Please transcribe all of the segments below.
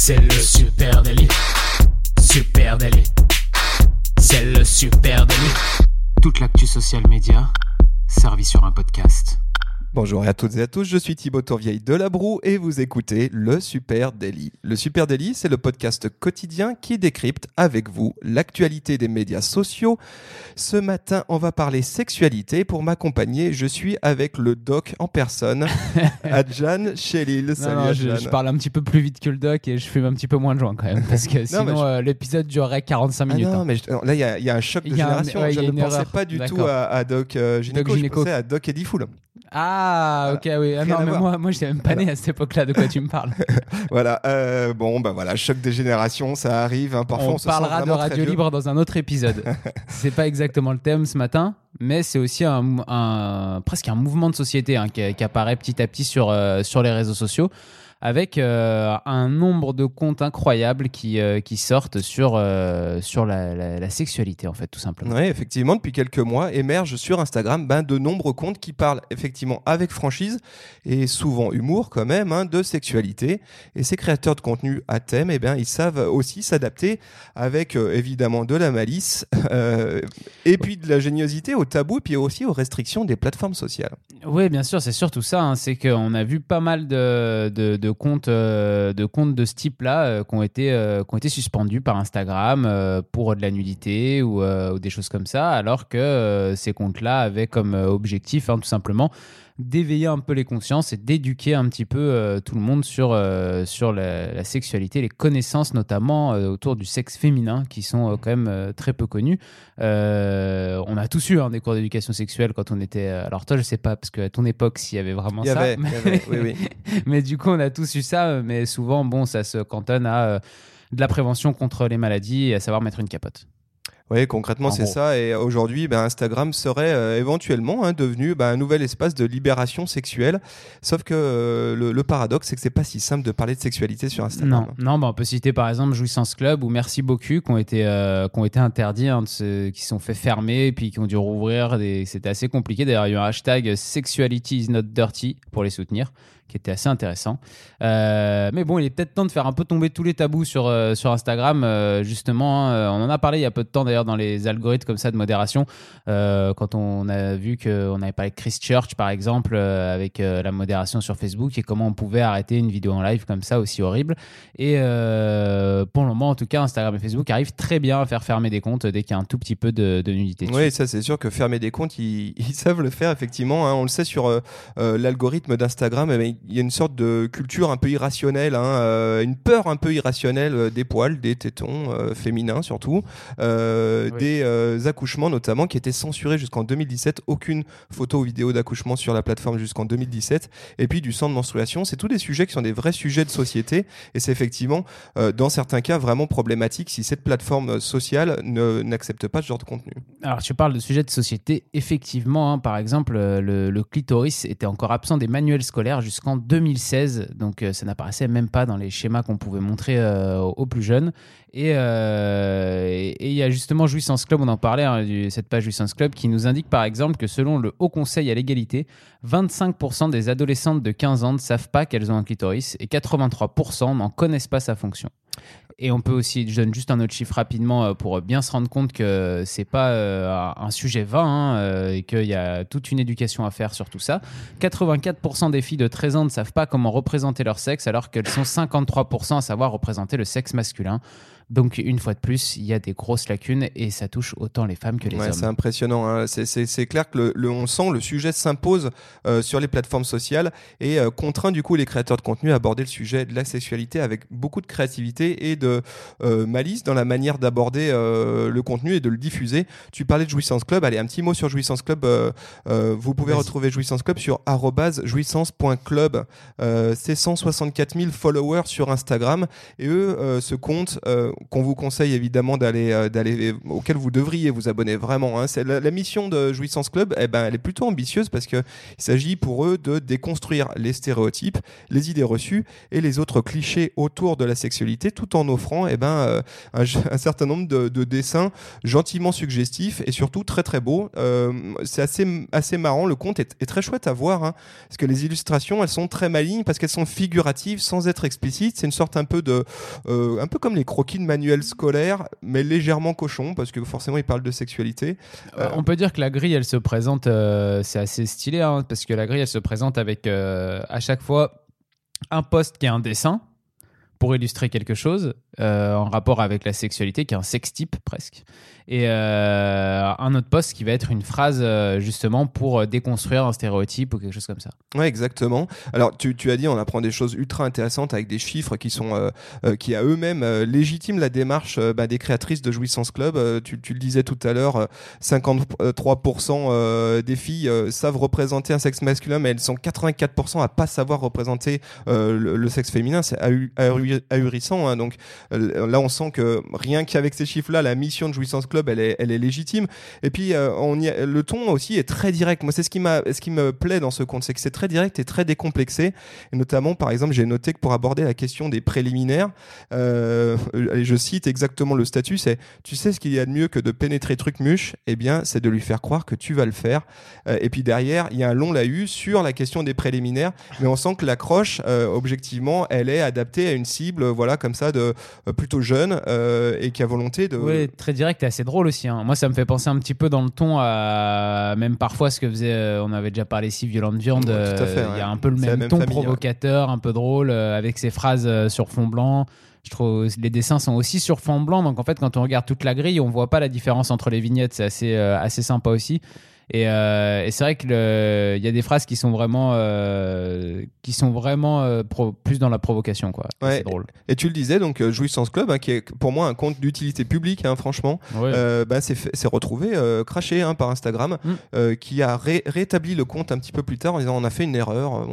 C'est le super délit. Super délit. C'est le super délit. Toute l'actu social média servie sur un podcast. Bonjour à toutes et à tous, je suis Thibaut Tourvieille de La Broue et vous écoutez le Super Daily. Le Super Daily, c'est le podcast quotidien qui décrypte avec vous l'actualité des médias sociaux. Ce matin, on va parler sexualité. Pour m'accompagner, je suis avec le doc en personne, Adjan Chelil. Salut Adjan. Je parle un petit peu plus vite que le doc et je fume un petit peu moins de joint quand même, parce que sinon l'épisode durerait 45 minutes. Non, mais là, il y a un choc de génération. Je ne pensais pas du tout à Doc Gynéco, je pensais à Doc Eddie Fool. Ah, ok, oui. Ah, non, mais moi, j'étais même pas né à cette époque-là. De quoi tu me parles? Voilà. Voilà, choc des générations, ça arrive. Hein, parfois, on parlera de Radio Libre dans un autre épisode. C'est pas exactement le thème ce matin, mais c'est aussi presque un mouvement de société qui apparaît petit à petit sur les réseaux sociaux, avec un nombre de comptes incroyables qui sortent sur la sexualité, en fait, tout simplement. Oui, effectivement, depuis quelques mois, émergent sur Instagram de nombreux comptes qui parlent effectivement avec franchise et souvent humour quand même, de sexualité. Et ces créateurs de contenu à thème, ils savent aussi s'adapter avec évidemment de la malice et puis de l'ingéniosité au tabou et puis aussi aux restrictions des plateformes sociales. Oui, bien sûr, c'est surtout ça. C'est qu'on a vu pas mal de comptes de ce type-là qui ont été suspendus par Instagram pour de la nudité ou des choses comme ça, alors que ces comptes-là avaient comme objectif tout simplement d'éveiller un peu les consciences et d'éduquer un petit peu tout le monde sur la sexualité, les connaissances notamment autour du sexe féminin qui sont quand même très peu connues. On a tous eu des cours d'éducation sexuelle quand on était... Alors toi, je sais pas, parce qu'à ton époque, s'il y avait vraiment ça. Il y avait, oui. Mais du coup, on a tous eu ça, mais souvent, ça se cantonne à de la prévention contre les maladies et à savoir mettre une capote. Oui, concrètement, c'est ça. Et aujourd'hui, Instagram serait éventuellement devenu un nouvel espace de libération sexuelle. Sauf que le paradoxe, c'est que c'est pas si simple de parler de sexualité sur Instagram. Non, on peut citer par exemple Jouissance Club ou Merci Beaucoup qui ont été interdits, qui sont fait fermer et puis qui ont dû rouvrir. C'était assez compliqué. D'ailleurs, il y a eu un hashtag Sexuality is not dirty pour les soutenir, qui était assez intéressant. Mais bon, il est peut-être temps de faire un peu tomber tous les tabous sur Instagram, justement. On en a parlé il y a peu de temps d'ailleurs dans les algorithmes comme ça de modération, quand on a vu qu'on avait parlé de Christchurch par exemple, avec la modération sur Facebook et comment on pouvait arrêter une vidéo en live comme ça aussi horrible. Et pour le moment, en tout cas, Instagram et Facebook arrivent très bien à faire fermer des comptes dès qu'il y a un tout petit peu de nudité dessus. Oui, ça c'est sûr que fermer des comptes, ils savent le faire effectivement. On le sait sur l'algorithme d'Instagram, il y a une sorte de culture un peu irrationnelle, une peur un peu irrationnelle des poils, des tétons féminins surtout, des accouchements notamment qui étaient censurés jusqu'en 2017, aucune photo ou vidéo d'accouchement sur la plateforme jusqu'en 2017, et puis du sang de menstruation. C'est tous des sujets qui sont des vrais sujets de société, et c'est effectivement dans certains cas vraiment problématique si cette plateforme sociale n'accepte pas ce genre de contenu. Alors tu parles de sujets de société, effectivement, par exemple le clitoris était encore absent des manuels scolaires jusqu'en 2016, donc ça n'apparaissait même pas dans les schémas qu'on pouvait montrer aux plus jeunes. Et il y a justement Jouissance Club, on en parlait, cette page Jouissance Club, qui nous indique par exemple que selon le Haut Conseil à l'égalité, 25% des adolescentes de 15 ans ne savent pas qu'elles ont un clitoris et 83% n'en connaissent pas sa fonction. Et on peut aussi, je donne juste un autre chiffre rapidement pour bien se rendre compte que c'est pas un sujet vain et qu'il y a toute une éducation à faire sur tout ça. 84% des filles de 13 ans ne savent pas comment représenter leur sexe alors qu'elles sont 53% à savoir représenter le sexe masculin. Donc, une fois de plus, il y a des grosses lacunes et ça touche autant les femmes que les hommes. C'est impressionnant. C'est clair que on sent le sujet s'impose sur les plateformes sociales et contraint du coup les créateurs de contenu à aborder le sujet de la sexualité avec beaucoup de créativité et de malice dans la manière d'aborder le contenu et de le diffuser. Tu parlais de Jouissance Club. Allez, un petit mot sur Jouissance Club. Vous pouvez retrouver Jouissance Club sur @jouissance.club. C'est 164 000 followers sur Instagram et eux, ce compte qu'on vous conseille évidemment auquel vous devriez vous abonner vraiment. Hein. C'est la mission de Jouissance Club, elle est plutôt ambitieuse parce qu'il s'agit pour eux de déconstruire les stéréotypes, les idées reçues et les autres clichés autour de la sexualité, tout en offrant un certain nombre de dessins gentiment suggestifs et surtout très très beaux. C'est assez marrant, le conte est très chouette à voir, hein, parce que les illustrations elles sont très malignes parce qu'elles sont figuratives sans être explicites. C'est une sorte un peu comme les croquis de manuels scolaires, mais légèrement cochon parce que forcément ils parlent de sexualité. On peut dire que la grille elle se présente, c'est assez stylé, hein, parce que la grille elle se présente avec à chaque fois un post qui est un dessin pour illustrer quelque chose en rapport avec la sexualité, qui est un sextype presque, et un autre post qui va être une phrase justement pour déconstruire un stéréotype ou quelque chose comme ça. Ouais, exactement. Alors tu as dit, on apprend des choses ultra intéressantes avec des chiffres qui à eux-mêmes légitiment la démarche des créatrices de Jouissance Club. Tu le disais tout à l'heure, 53% des filles savent représenter un sexe masculin, mais elles sont 84% à pas savoir représenter le sexe féminin. C'est ahurissant, hein. Donc là on sent que rien qu'avec ces chiffres-là, la mission de Jouissance Club elle est légitime. Et puis le ton aussi est très direct. Moi c'est ce qui me plaît dans ce conte, c'est que c'est très direct et très décomplexé. Et notamment par exemple j'ai noté que pour aborder la question des préliminaires, je cite exactement le statut, c'est tu sais ce qu'il y a de mieux que de pénétrer Trucmuche, eh bien c'est de lui faire croire que tu vas le faire. Et puis derrière il y a un long laïus sur la question des préliminaires, mais on sent que l'accroche objectivement elle est adaptée à une cible comme ça de plutôt jeune et qui a volonté de... Oui, très direct et assez drôle aussi, hein. Moi ça me fait penser un petit peu dans le ton à même parfois ce que faisait, on avait déjà parlé ici, Violente Viande. Tout à fait, y a un peu le même ton famille, provocateur, un peu drôle, avec ses phrases sur fond blanc. Je trouve les dessins sont aussi sur fond blanc, donc en fait quand on regarde toute la grille on voit pas la différence entre les vignettes, c'est assez sympa aussi. Et c'est vrai qu'il y a des phrases qui sont vraiment plus dans la provocation, quoi. Ouais, c'est drôle. Et tu le disais, donc Jouissance Club, hein, qui est pour moi un compte d'utilité publique, hein, franchement, ouais. C'est retrouvé craché par Instagram, qui a rétabli le compte un petit peu plus tard en disant on a fait une erreur,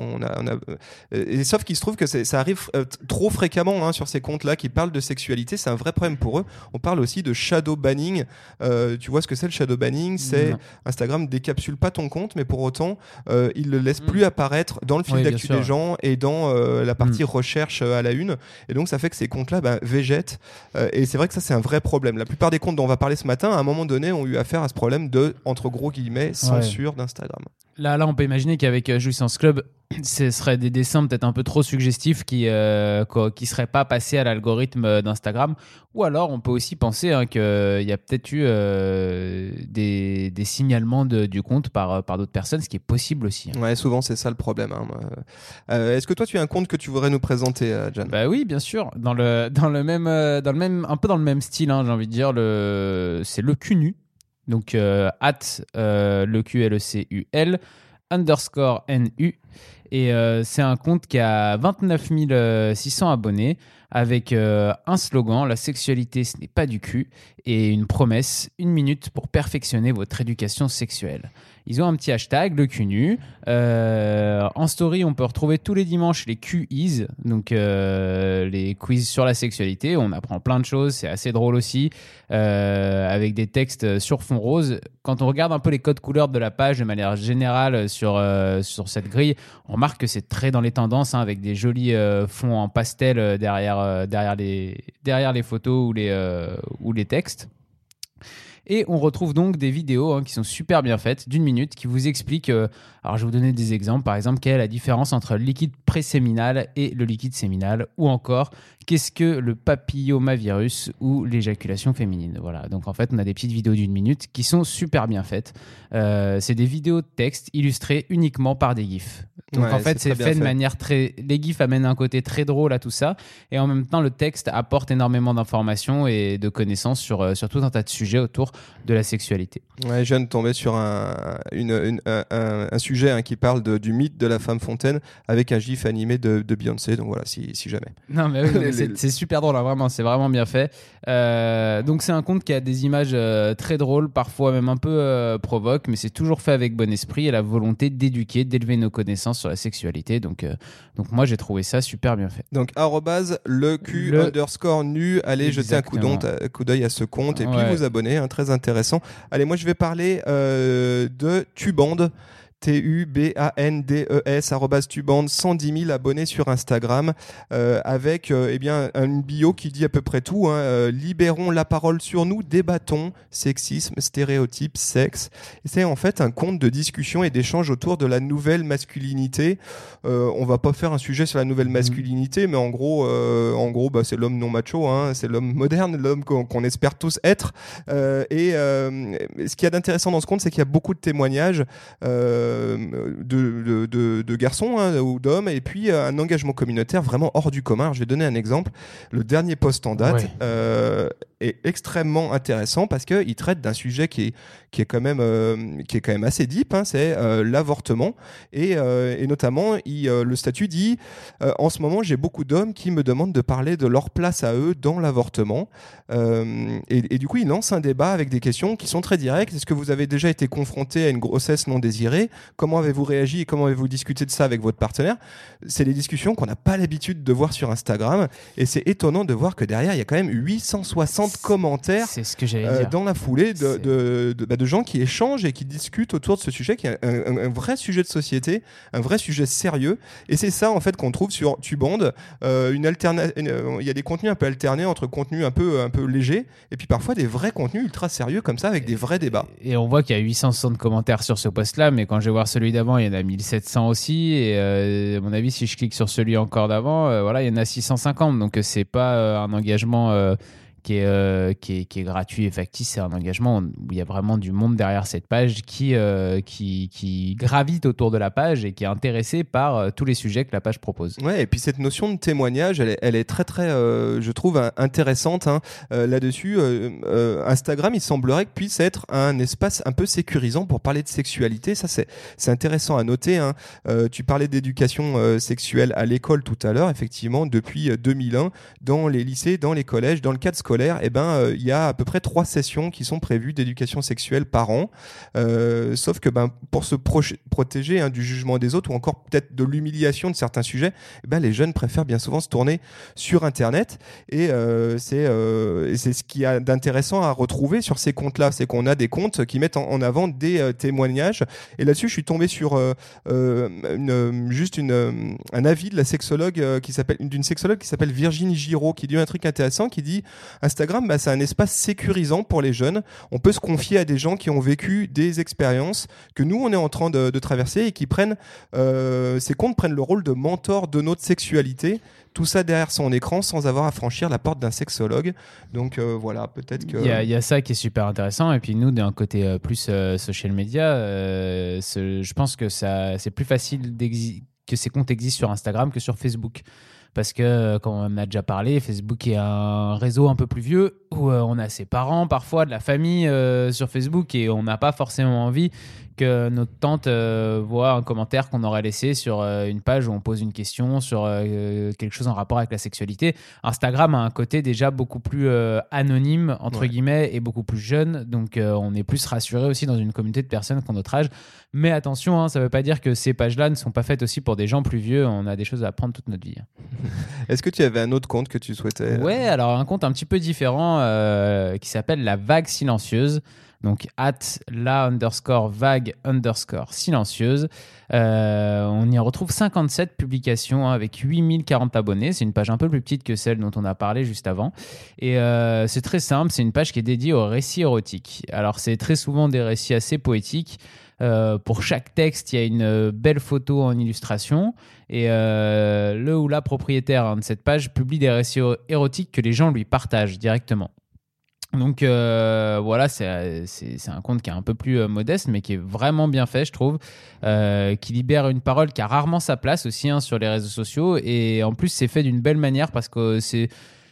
et sauf qu'il se trouve que ça arrive trop fréquemment, hein, sur ces comptes-là qui parlent de sexualité, c'est un vrai problème pour eux. On parle aussi de shadow banning. Tu vois ce que c'est le shadow banning? C'est Instagram décapsule pas ton compte, mais pour autant il le laisse plus apparaître dans le fil d'actu des gens et dans la partie recherche à la une, et donc ça fait que ces comptes-là végètent, et c'est vrai que ça c'est un vrai problème. La plupart des comptes dont on va parler ce matin à un moment donné ont eu affaire à ce problème de, entre gros guillemets, censure d'Instagram. Là on peut imaginer qu'avec Jouissance Club ce serait des dessins peut-être un peu trop suggestifs qui seraient pas passés à l'algorithme d'Instagram, ou alors on peut aussi penser qu'il y a peut-être eu des signalements du compte par d'autres personnes, ce qui est possible aussi, hein. Ouais, souvent c'est ça le problème, hein. Est-ce que toi tu as un compte que tu voudrais nous présenter, Jan? Bah oui, bien sûr, dans le même un peu dans le même style, hein, j'ai envie de dire, c'est le cul nu, donc le QLECUL _NU, et c'est un compte qui a 29 600 abonnés avec un slogan: la sexualité ce n'est pas du cul, et une promesse: 1 minute pour perfectionner votre éducation sexuelle. Ils ont un petit hashtag, le cul nu. En story, on peut retrouver tous les dimanches les QIs, donc les quiz sur la sexualité. On apprend plein de choses, c'est assez drôle aussi, avec des textes sur fond rose. Quand on regarde un peu les codes couleurs de la page de manière générale sur cette grille, on remarque que c'est très dans les tendances, hein, avec des jolis fonds en pastel derrière les photos ou les textes. Et on retrouve donc des vidéos, hein, qui sont super bien faites, d'1 minute, qui vous expliquent... alors, je vais vous donner des exemples. Par exemple, quelle est la différence entre le liquide préséminal et le liquide séminal, ou encore, qu'est-ce que le papillomavirus ou l'éjaculation féminine. Voilà. Donc, en fait, on a des petites vidéos d'1 minute qui sont super bien faites. C'est des vidéos de texte illustrées uniquement par des gifs. Donc, en fait, c'est fait de manière très... Les gifs amènent un côté très drôle à tout ça. Et en même temps, le texte apporte énormément d'informations et de connaissances sur tout un tas de sujets autour de la sexualité. Ouais, je viens de tomber sur un sujet qui parle du mythe de la femme fontaine avec un gif animé de Beyoncé, donc voilà, si jamais. Non mais oui, c'est super drôle, hein, vraiment, c'est vraiment bien fait. Donc c'est un conte qui a des images très drôles, parfois même un peu provoque, mais c'est toujours fait avec bon esprit et la volonté d'éduquer, d'élever nos connaissances sur la sexualité. Donc moi j'ai trouvé ça super bien fait. Donc @_nu, allez jeter un coup d'œil à ce compte et puis vous abonner, hein, très intéressant. Allez, moi je vais parler de Tubande. TUBANDES @Tubande, 110 000 abonnés sur Instagram, avec une bio qui dit à peu près tout, hein. Libérons la parole sur nous, débattons sexisme, stéréotypes, sexe. Et c'est en fait un compte de discussion et d'échange autour de la nouvelle masculinité. On va pas faire un sujet sur la nouvelle masculinité, mais en gros c'est l'homme non macho, hein. C'est l'homme moderne, l'homme qu'on espère tous être. Ce qu'il y a d'intéressant dans ce compte, c'est qu'il y a beaucoup de témoignages de garçons, hein, ou d'hommes, et puis un engagement communautaire vraiment hors du commun. Alors, je vais donner un exemple. Le dernier post en date est extrêmement intéressant parce qu'il traite d'un sujet qui est quand même assez deep, hein, c'est l'avortement, et notamment le statut dit en ce moment j'ai beaucoup d'hommes qui me demandent de parler de leur place à eux dans l'avortement, et du coup il lance un débat avec des questions qui sont très directes. Est-ce que vous avez déjà été confronté à une grossesse non désirée? Comment avez-vous réagi et comment avez-vous discuté de ça avec votre partenaire? C'est des discussions qu'on n'a pas l'habitude de voir sur Instagram, et c'est étonnant de voir que derrière il y a quand même 860 commentaires, c'est ce que j'allais dire, dans la foulée de gens qui échangent et qui discutent autour de ce sujet qui est un vrai sujet de société, un vrai sujet sérieux. Et c'est ça en fait qu'on trouve sur Tubande. Il y a des contenus un peu alternés entre contenus un peu légers et puis parfois des vrais contenus ultra sérieux comme ça avec des vrais débats. Et on voit qu'il y a 860 commentaires sur ce post-là, mais quand je vais voir celui d'avant, il y en a 1700 aussi. Et à mon avis, si je clique sur celui encore d'avant, il y en a 650. Donc c'est pas un engagement qui est gratuit et factice. C'est un engagement où il y a vraiment du monde derrière cette page qui gravite autour de la page et qui est intéressé par tous les sujets que la page propose. Ouais, et puis cette notion de témoignage, elle est très très, je trouve, intéressante, hein. Là-dessus, Instagram, il semblerait que puisse être un espace un peu sécurisant pour parler de sexualité. Ça, c'est intéressant à noter, hein. Tu parlais d'éducation sexuelle à l'école tout à l'heure. Effectivement, depuis 2001, dans les lycées, dans les collèges, dans le cadre scolaire, il y a à peu près 3 sessions qui sont prévues d'éducation sexuelle par an. Sauf que pour se protéger, hein, du jugement des autres ou encore peut-être de l'humiliation de certains sujets, les jeunes préfèrent bien souvent se tourner sur Internet. Et c'est ce qu'il y a d'intéressant à retrouver sur ces comptes-là. C'est qu'on a des comptes qui mettent en avant des témoignages. Et là-dessus, je suis tombé sur un avis de la sexologue d'une sexologue qui s'appelle Virginie Giraud, qui dit un truc intéressant, qui dit Instagram, c'est un espace sécurisant pour les jeunes. On peut se confier à des gens qui ont vécu des expériences que nous, on est en train de traverser et qui ces comptes prennent le rôle de mentor de notre sexualité. Tout ça derrière son écran sans avoir à franchir la porte d'un sexologue. Donc voilà, peut-être que... Il y a ça qui est super intéressant. Et puis nous, d'un côté plus social media, je pense que c'est plus facile que ces comptes existent sur Instagram que sur Facebook. Parce que, comme on en a déjà parlé, Facebook est un réseau un peu plus vieux où on a ses parents, parfois de la famille sur Facebook, et on n'a pas forcément envie que notre tante voit un commentaire qu'on aurait laissé sur une page où on pose une question sur quelque chose en rapport avec la sexualité. Instagram a un côté déjà beaucoup plus anonyme, entre guillemets, et beaucoup plus jeune. Donc, on est plus rassuré aussi dans une communauté de personnes qui ont notre âge. Mais attention, hein, ça ne veut pas dire que ces pages-là ne sont pas faites aussi pour des gens plus vieux. On a des choses à apprendre toute notre vie. Est-ce que tu avais un autre compte que tu souhaitais Ouais, alors un compte un petit peu différent qui s'appelle La Vague Silencieuse. Donc @la_vague_silencieuse. On y retrouve 57 publications avec 8040 abonnés. C'est une page un peu plus petite que celle dont on a parlé juste avant. Et c'est très simple, c'est une page qui est dédiée aux récits érotiques. Alors c'est très souvent des récits assez poétiques. Pour chaque texte, il y a une belle photo en illustration. Et le ou la propriétaire de cette page publie des récits érotiques que les gens lui partagent directement. Donc voilà, c'est un compte qui est un peu plus modeste, mais qui est vraiment bien fait, je trouve, qui libère une parole qui a rarement sa place aussi, hein, sur les réseaux sociaux. Et en plus, c'est fait d'une belle manière parce que c'est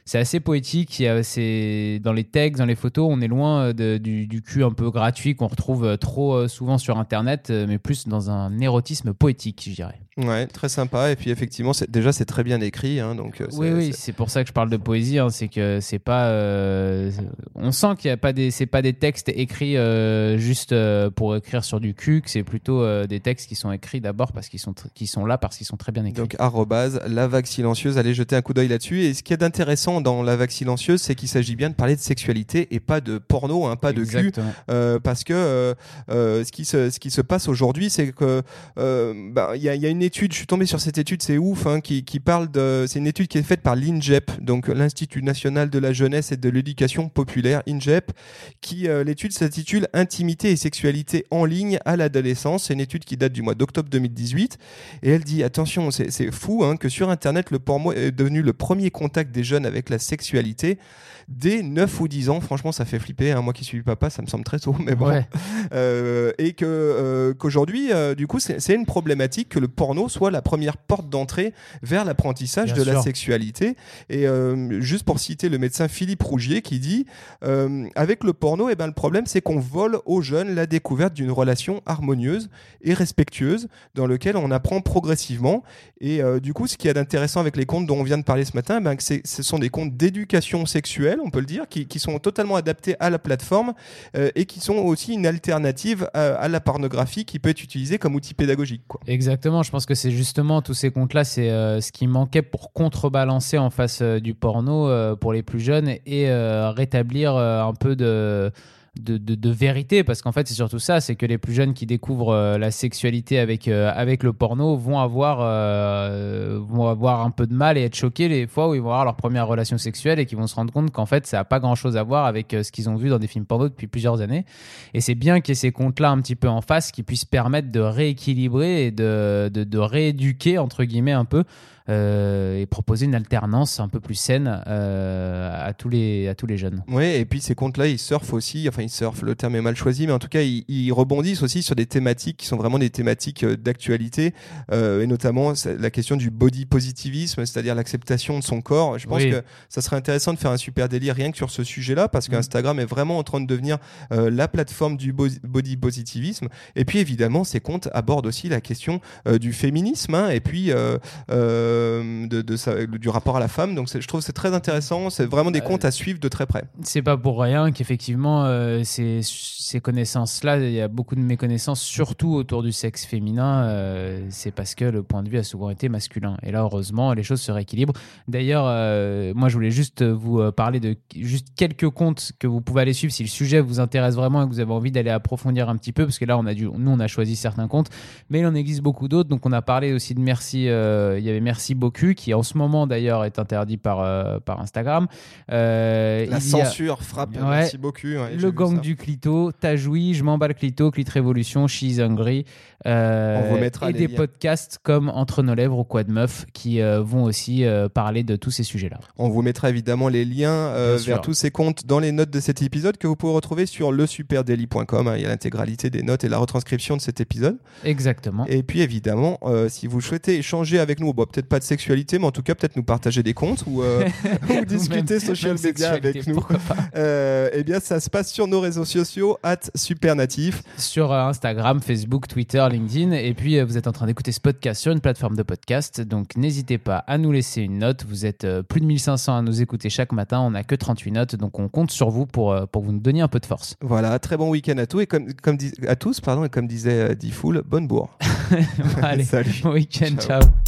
c'est assez poétique. C'est dans les textes, dans les photos, on est loin du cul un peu gratuit qu'on retrouve trop souvent sur Internet, mais plus dans un érotisme poétique, je dirais. Ouais, très sympa. Et puis effectivement, c'est très bien écrit. Hein, donc, oui, c'est pour ça que je parle de poésie. Hein, c'est que c'est pas. On sent qu'il y a pas c'est pas des textes écrits juste pour écrire sur du cul, que c'est plutôt des textes qui sont écrits d'abord qui sont là parce qu'ils sont très bien écrits. Donc @la vague silencieuse, allez jeter un coup d'œil là-dessus. Et ce qui est intéressant dans la vague silencieuse, c'est qu'il s'agit bien de parler de sexualité et pas de porno, hein, pas Exactement. de cul, parce que ce qui se passe aujourd'hui, c'est que il y a une étude, je suis tombé sur cette étude, c'est ouf, hein, qui parle c'est une étude qui est faite par l'INJEP, donc l'Institut national de la jeunesse et de l'éducation populaire, INJEP, l'étude s'intitule Intimité et sexualité en ligne à l'adolescence. C'est une étude qui date du mois d'octobre 2018 et elle dit, attention, c'est fou, hein, que sur Internet, le porno est devenu le premier contact des jeunes avec la sexualité dès 9 ou 10 ans. Franchement, ça fait flipper, hein. Moi qui suis papa, ça me semble très tôt, mais bon. Ouais. Et qu'aujourd'hui, du coup, c'est une problématique que le porno soit la première porte d'entrée vers l'apprentissage Bien de la sûr. sexualité. Et juste pour citer le médecin Philippe Rougier qui dit avec le porno, le problème, c'est qu'on vole aux jeunes la découverte d'une relation harmonieuse et respectueuse dans laquelle on apprend progressivement. Et du coup, ce qui est intéressant avec les comptes dont on vient de parler ce matin, ce sont des comptes d'éducation sexuelle, on peut le dire, qui sont totalement adaptés à la plateforme et qui sont aussi une alternative à la pornographie qui peut être utilisée comme outil pédagogique, quoi. Exactement, je pense que c'est justement tous ces comptes-là, c'est ce qui manquait pour contrebalancer en face du porno pour les plus jeunes et rétablir un peu de vérité, parce qu'en fait c'est surtout ça, c'est que les plus jeunes qui découvrent la sexualité avec le porno vont avoir un peu de mal et être choqués les fois où ils vont avoir leur première relation sexuelle et qu'ils vont se rendre compte qu'en fait ça n'a pas grand chose à voir avec ce qu'ils ont vu dans des films porno depuis plusieurs années. Et c'est bien qu'il y ait ces comptes-là un petit peu en face qui puissent permettre de rééquilibrer et de rééduquer entre guillemets un peu et proposer une alternance un peu plus saine à tous les jeunes. Oui, et puis ces comptes-là, ils surfent aussi, enfin ils surfent, le terme est mal choisi, mais en tout cas, ils rebondissent aussi sur des thématiques qui sont vraiment des thématiques d'actualité, et notamment la question du body positivisme, c'est-à-dire l'acceptation de son corps. Je pense que ça serait intéressant de faire un super délire rien que sur ce sujet-là, parce qu'Instagram est vraiment en train de devenir la plateforme du body positivisme. Et puis évidemment, ces comptes abordent aussi la question du féminisme, hein, et puis du rapport à la femme. Donc je trouve que c'est très intéressant, c'est vraiment des comptes à suivre de très près. C'est pas pour rien qu'effectivement ces connaissances-là, il y a beaucoup de méconnaissances, surtout autour du sexe féminin, c'est parce que le point de vue a souvent été masculin. Et là, heureusement, les choses se rééquilibrent. D'ailleurs, moi, je voulais juste vous parler de juste quelques comptes que vous pouvez aller suivre si le sujet vous intéresse vraiment et que vous avez envie d'aller approfondir un petit peu, parce que là, nous, on a choisi certains comptes, mais il en existe beaucoup d'autres. Donc, on a parlé aussi de Merci, il y avait Merci Bocu, qui en ce moment, d'ailleurs, est interdit par Instagram. La censure frappe, Merci beaucoup. Ouais, le gang du clito, T'as joui, Je m'en bats le clito, Clit Révolution, She's Hungry. On vous mettra et des podcasts comme Entre nos lèvres ou Quoi de meuf qui vont aussi parler de tous ces sujets-là. On vous mettra évidemment les liens vers tous ces comptes dans les notes de cet épisode que vous pouvez retrouver sur lesuperdaily.com. Il y a l'intégralité des notes et la retranscription de cet épisode. Exactement. Et puis évidemment, si vous souhaitez échanger avec nous, peut-être pas de sexualité, mais en tout cas peut-être nous partager des comptes ou discuter social media avec nous. Eh bien, ça se passe sur nos réseaux sociaux @supernatif, sur Instagram, Facebook, Twitter, LinkedIn. Et puis vous êtes en train d'écouter ce podcast sur une plateforme de podcast, donc n'hésitez pas à nous laisser une note. Vous êtes plus de 1500 à nous écouter chaque matin, on n'a que 38 notes, donc on compte sur vous pour vous nous donner un peu de force. Voilà, très bon week-end à tous et à tous, et comme disait Diffoul, bonne bourre. Allez, salut, bon week-end, ciao.